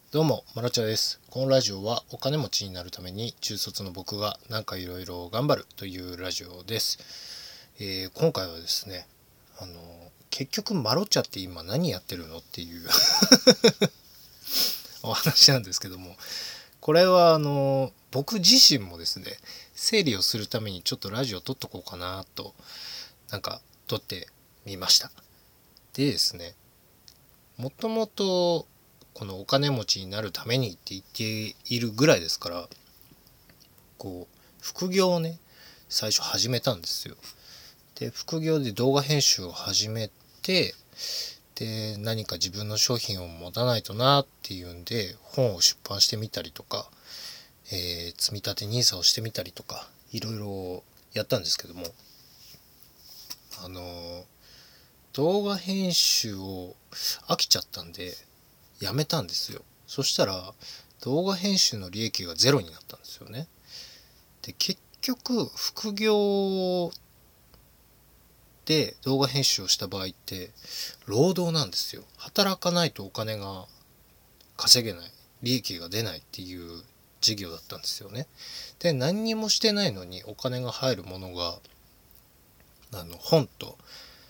どうも、マラチャです。このラジオはお金持ちになるために中卒の僕がなんかいろいろ頑張るというラジオです。今回はですね、結局マロチャって今何やってるのっていうお話なんですけども、これは僕自身もですね、整理をするためにちょっとラジオ撮っとこうかなと、撮ってみました。でですね、もともとこのお金持ちになるためにって言っているぐらいですから、副業をね最初始めたんですよ。で副業で動画編集を始めて、で何か自分の商品を持たないとなっていうんで本を出版してみたりとか、積み立て NISA をしてみたりとかいろいろやったんですけども、動画編集を飽きちゃったんでやめたんですよ。そしたら動画編集の利益がゼロになったんですよね。で結局副業で動画編集をした場合って労働なんですよ。働かないとお金が稼げない、利益が出ないっていう事業だったんですよね。で何にもしてないのにお金が入るものが本と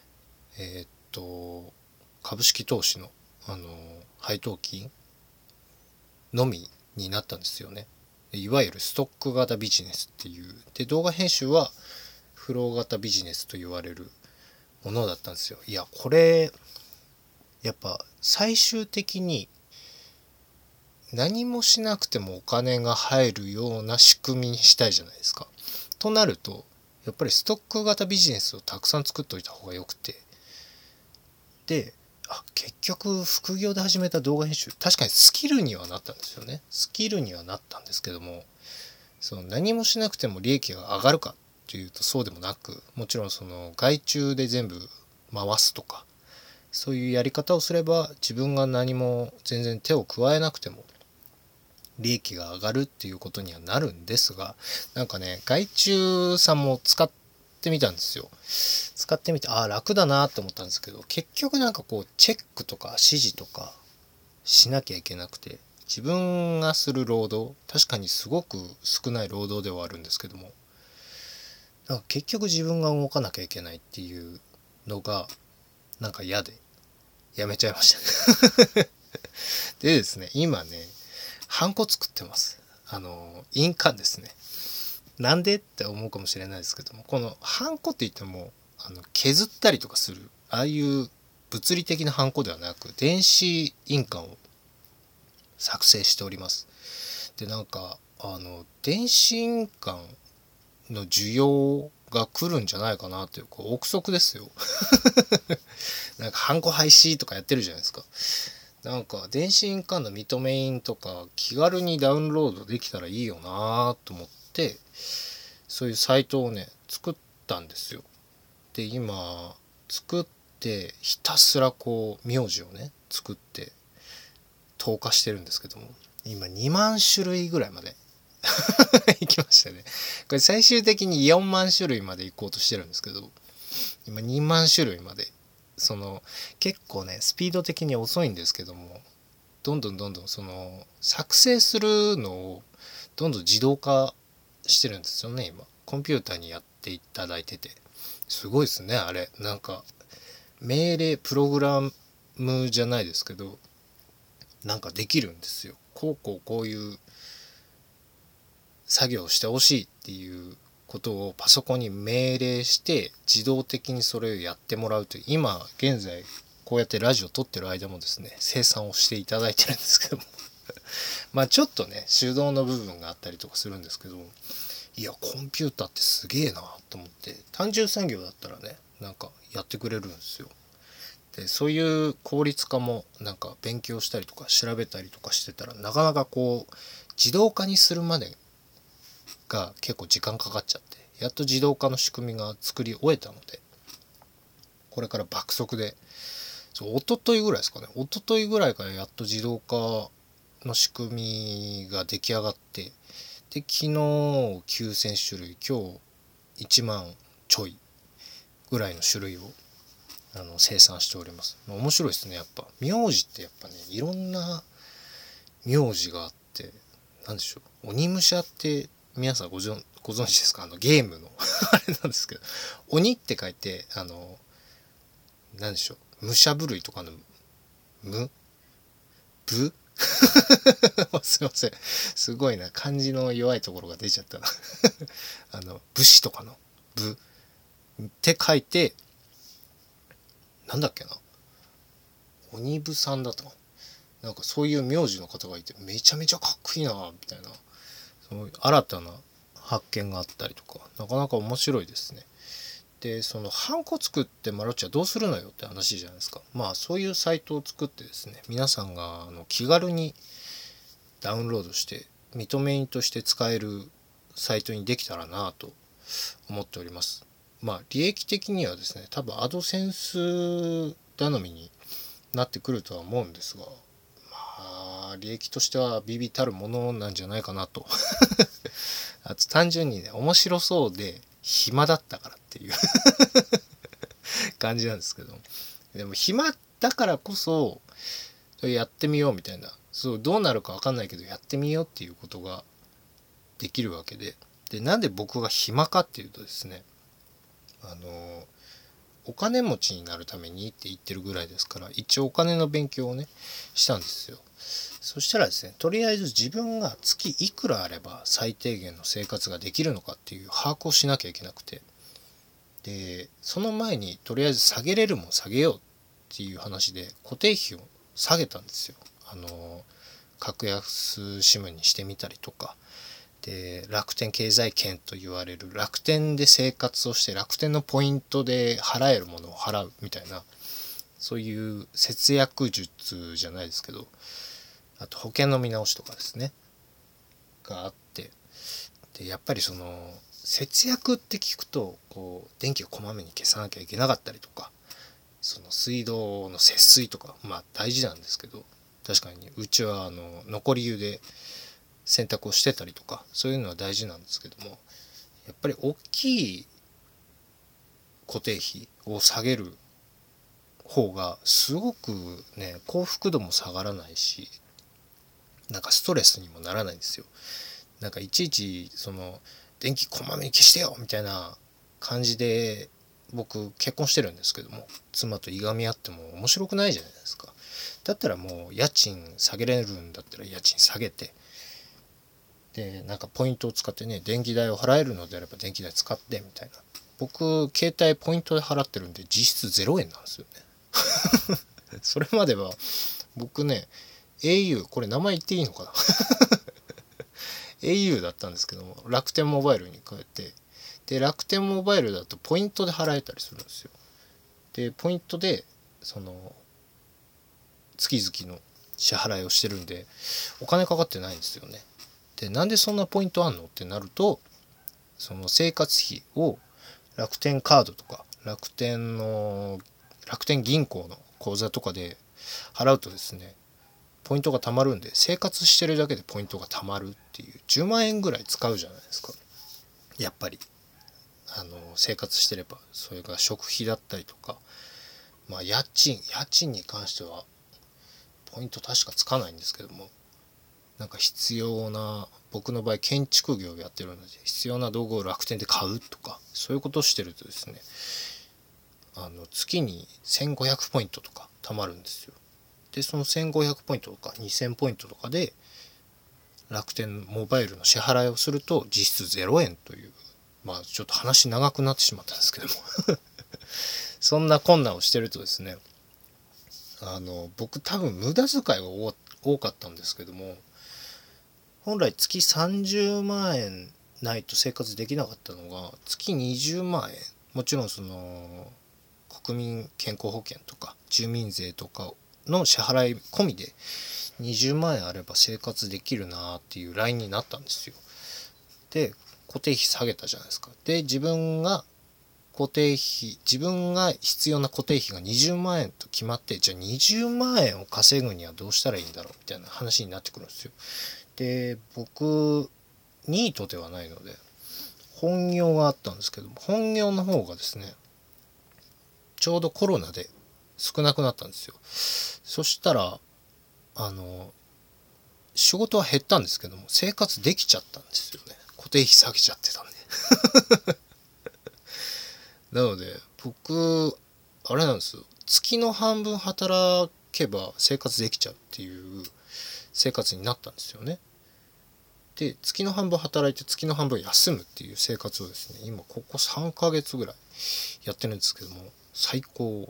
株式投資の配当金のみになったんですよね。いわゆるストック型ビジネスっていう。で動画編集はフロー型ビジネスと言われるものだったんですよ。いやこれやっぱ最終的に何もしなくてもお金が入るような仕組みにしたいじゃないですか。となるとやっぱりストック型ビジネスをたくさん作っといた方がよくて、で結局副業で始めた動画編集確かにスキルにはなったんですよね。スキルにはなったんですけども、その何もしなくても利益が上がるかっていうとそうでもなく、もちろんその外注で全部回すとかそういうやり方をすれば自分が何も全然手を加えなくても利益が上がるっていうことにはなるんですが、外注さんも使ってみたんですよ。使ってみて楽だなって思ったんですけど、結局チェックとか指示とかしなきゃいけなくて、自分がする労働確かにすごく少ない労働ではあるんですけども、結局自分が動かなきゃいけないっていうのが嫌でやめちゃいましたでですね、今ねハンコ作ってます。印鑑ですね。なんでって思うかもしれないですけども、このハンコって言っても削ったりとかするああいう物理的なハンコではなく電子印鑑を作成しております。で電子印鑑の需要が来るんじゃないかなという憶測ですよハンコ廃止とかやってるじゃないですか。電子印鑑の認め印とか気軽にダウンロードできたらいいよなと思って、そういうサイトをね作ったんですよ。で今作ってひたすら名字をね作って投下してるんですけども、今2万種類ぐらいまで行きましたね。これ最終的に4万種類まで行こうとしてるんですけど、今2万種類まで、結構ねスピード的に遅いんですけども、どんどん作成するのをどんどん自動化してるんですよね。今コンピューターにやっていただいてて、すごいですねあれ。命令プログラムじゃないですけどできるんですよ。こういう作業をしてほしいっていうことをパソコンに命令して自動的にそれをやってもらうという、今現在こうやってラジオ撮ってる間もですね生産をしていただいてるんですけどもちょっとね手動の部分があったりとかするんですけど、いやコンピューターってすげえなと思って、単純作業だったらねやってくれるんですよ。でそういう効率化も勉強したりとか調べたりとかしてたら、なかなか自動化にするまでが結構時間かかっちゃって、やっと自動化の仕組みが作り終えたので、これから爆速で、一昨日ぐらいですかね、一昨日ぐらいからやっと自動化の仕組みが出来上がって、で昨日9000種類、今日1万ちょいぐらいの種類を生産しております。面白いですね。やっぱ名字ってやっぱねいろんな名字があって、なんでしょう、鬼武者って皆さんご存知ですか？ゲームのあれなんですけど、鬼って書いてなんでしょう、武者震いとかの無武すいません、すごいな、漢字の弱いところが出ちゃったな武士とかの武って書いて、なんだっけな、鬼武さんだと、なんかそういう名字の方がいて、めちゃめちゃかっこいいなみたいな、その新たな発見があったりとか、なかなか面白いですね。でそのハンコ作ってマロッチはどうするのよって話じゃないですか。まあそういうサイトを作ってですね、皆さんが気軽にダウンロードして認め印として使えるサイトにできたらなと思っております。まあ利益的にはですね、多分アドセンス頼みになってくるとは思うんですが、まあ利益としては微々たるものなんじゃないかなとあと単純にね、面白そうで暇だったからっていう感じなんですけど、でも暇だからこそやってみようみたいな、そうどうなるか分かんないけどやってみようっていうことができるわけで、なんで僕が暇かっていうとですね、お金持ちになるためにって言ってるぐらいですから、一応お金の勉強をねしたんですよ。そしたらですね、とりあえず自分が月いくらあれば最低限の生活ができるのかっていう把握をしなきゃいけなくて、でその前にとりあえず下げれるもん下げようっていう話で固定費を下げたんですよ。格安 SIM にしてみたりとかで、楽天経済圏と言われる楽天で生活をして楽天のポイントで払えるものを払うみたいな、そういう節約術じゃないですけど、あと保険の見直しとかですねがあって、でやっぱりその節約って聞くとこう電気をこまめに消さなきゃいけなかったりとか、その水道の節水とかまあ大事なんですけど、確かにうちは残り湯で洗濯をしてたりとか、そういうのは大事なんですけども、やっぱり大きい固定費を下げる方がすごくね、幸福度も下がらないし、なんかストレスにもならないんですよ。なんかいちいちその電気こまめに消してよみたいな感じで、僕結婚してるんですけども、妻といがみ合っても面白くないじゃないですか。だったらもう家賃下げれるんだったら家賃下げて、でなんかポイントを使ってね、電気代を払えるのであれば電気代使ってみたいな。僕携帯ポイントで払ってるんで実質0円なんですよねそれまでは僕ね、 au、 これ名前言っていいのかなau だったんですけども、楽天モバイルに変えて、で楽天モバイルだとポイントで払えたりするんですよ。でポイントでその月々の支払いをしてるんでお金かかってないんですよね。でなんでそんなポイントあんのってなると、その生活費を楽天カードとか楽天銀行の口座とかで払うとですね、ポイントが貯まるんで、生活してるだけでポイントが貯まるっていう、10万円ぐらい使うじゃないですか。やっぱり生活してれば、それが食費だったりとか、まあ家賃に関してはポイント確かつかないんですけども、なんか必要な、僕の場合建築業をやってるので必要な道具を楽天で買うとか、そういうことをしてるとですね、月に1500ポイントとか貯まるんですよ。でその1500ポイントとか2000ポイントとかで楽天モバイルの支払いをすると実質0円という、まあちょっと話長くなってしまったんですけどもそんな困難をしてるとですね、僕多分無駄遣いが多かったんですけども、本来月30万円ないと生活できなかったのが月20万円、もちろんその国民健康保険とか住民税とかの支払い込みで20万円あれば生活できるなっていうラインになったんですよ。で固定費下げたじゃないですか。で自分が必要な固定費が20万円と決まって、じゃあ20万円を稼ぐにはどうしたらいいんだろうみたいな話になってくるんですよ。で僕ニートではないので本業があったんですけども、本業の方がですねちょうどコロナで少なくなったんですよ。そしたら仕事は減ったんですけども生活できちゃったんですよね。固定費下げちゃってたんでなので僕あれなんですよ、月の半分働けば生活できちゃうっていう生活になったんですよね。で月の半分働いて月の半分休むっていう生活をですね今ここ3ヶ月ぐらいやってるんですけども最高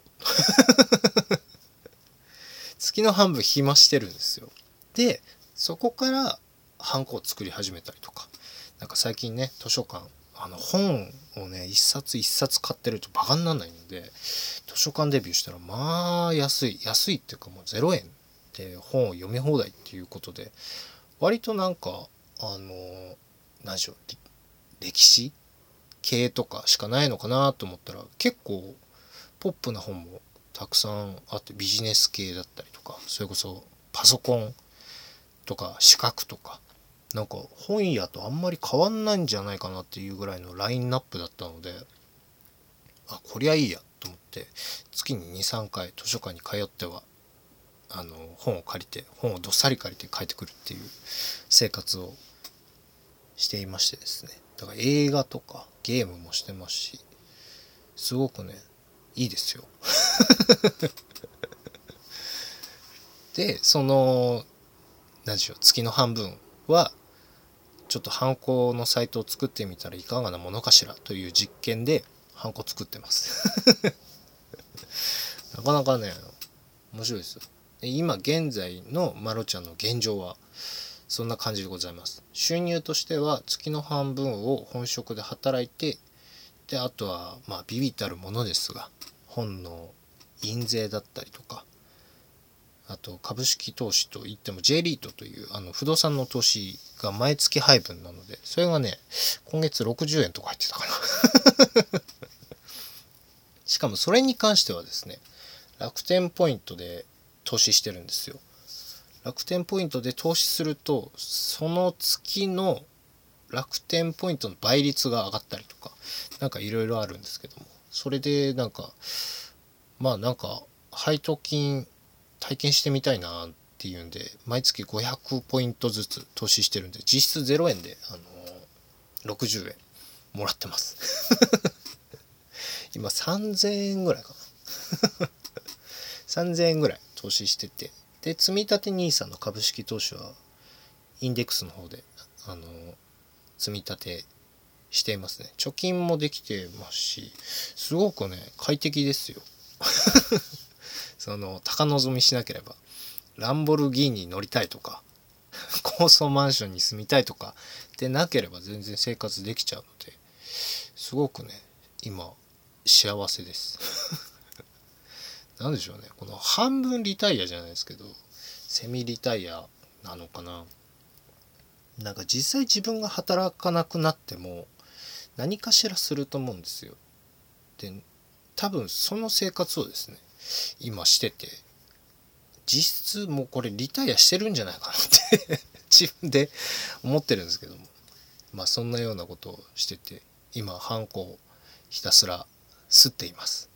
月の半分暇してるんですよ。でそこからハンコを作り始めたりとか、なんか最近ね図書館本をね一冊一冊買ってるとバカにならないので図書館デビューしたらまあ安いっていうかもう0円で本を読み放題っていうことで割となんか何でしょう歴史系とかしかないのかなと思ったら結構ポップな本もたくさんあってビジネス系だったりとかそれこそパソコンとか資格とかなんか本屋とあんまり変わんないんじゃないかなっていうぐらいのラインナップだったのでこりゃいいやと思って月に 2,3 回図書館に通っては本をどっさり借りて帰ってくるっていう生活をしていましてですね、だから映画とかゲームもしてますしすごくねいいですよで何でしょう月の半分はちょっとハンコのサイトを作ってみたらいかがなものかしらという実験でハンコ作ってますなかなかね面白いですよ。今現在のマロちゃんの現状はそんな感じでございます。収入としては月の半分を本職で働いて、であとはまあ微々たるものですが本の印税だったりとか、あと株式投資といっても J リートという不動産の投資が毎月配分なのでそれがね今月60円とか入ってたかなしかもそれに関してはですね楽天ポイントで投資してるんですよ。楽天ポイントで投資するとその月の楽天ポイントの倍率が上がったりとかなんかいろいろあるんですけども、それでなんか配当金体験してみたいなっていうんで毎月500ポイントずつ投資してるんで実質0円で60円もらってます今3000円ぐらいかな3000円ぐらい投資してて、で積立 NISA の株式投資はインデックスの方で積み立てしていますね。貯金もできてますしすごくね快適ですよ高望みしなければランボルギーニに乗りたいとか高層マンションに住みたいとかでなければ全然生活できちゃうのですごくね今幸せですなんでしょうね、この半分リタイアじゃないですけどセミリタイアなのかな。なんか実際自分が働かなくなっても何かしらすると思うんですよ。で多分その生活をですね今してて実質もうこれリタイアしてるんじゃないかなって自分で思ってるんですけども、まあそんなようなことをしてて今ハンコをひたすら吸っています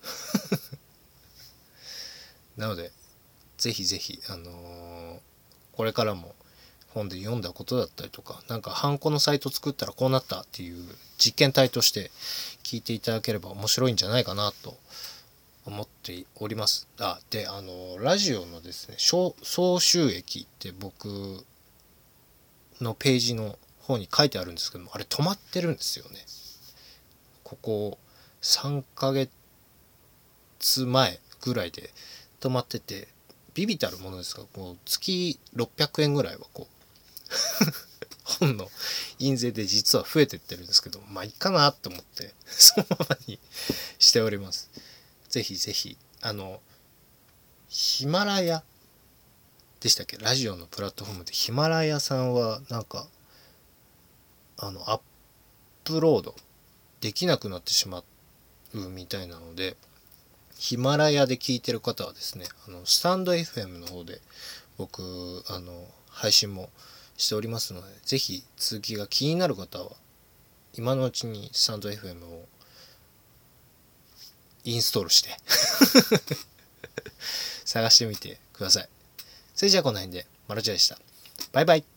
なのでぜひぜひこれからも本で読んだことだったりとかなんかハンコのサイト作ったらこうなったっていう実験体として聞いていただければ面白いんじゃないかなと思っております。でラジオのですね総収益って僕のページの方に書いてあるんですけどもあれ止まってるんですよね。ここ3ヶ月前ぐらいで止まってて微々たるものですがこう月600円ぐらいはこう本の印税で実は増えてってるんですけどまあいいかなと思ってそのままにしております。ぜひぜひヒマラヤでしたっけ、ラジオのプラットフォームでヒマラヤさんはなんかアップロードできなくなってしまうみたいなのでヒマラヤで聞いてる方はですねスタンド FM の方で僕配信もしておりますのでぜひ続きが気になる方は今のうちにスタンド FM をインストールして探してみてください。それじゃあこの辺でマルチャでした。 バイバイ。